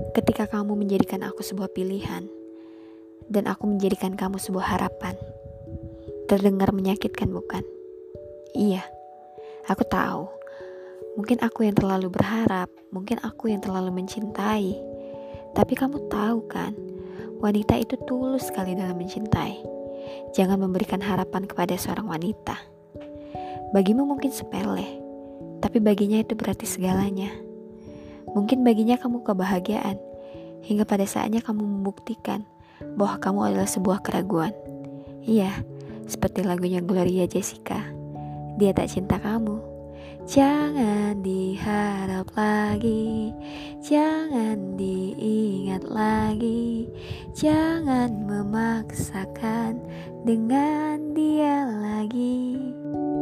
Ketika kamu menjadikan aku sebuah pilihan, dan aku menjadikan kamu sebuah harapan. Terdengar menyakitkan, bukan? Iya, aku tahu. Mungkin aku yang terlalu berharap, mungkin aku yang terlalu mencintai. Tapi kamu tahu kan, wanita itu tulus sekali dalam mencintai. Jangan memberikan harapan kepada seorang wanita. Bagimu mungkin sepele, tapi baginya itu berarti segalanya. Mungkin baginya kamu kebahagiaan, hingga pada saatnya kamu membuktikan bahwa kamu adalah sebuah keraguan. Iya, seperti lagunya Gloria Jessica, dia tak cinta kamu. Jangan diharap lagi, jangan diingat lagi, jangan memaksakan dengan dia lagi.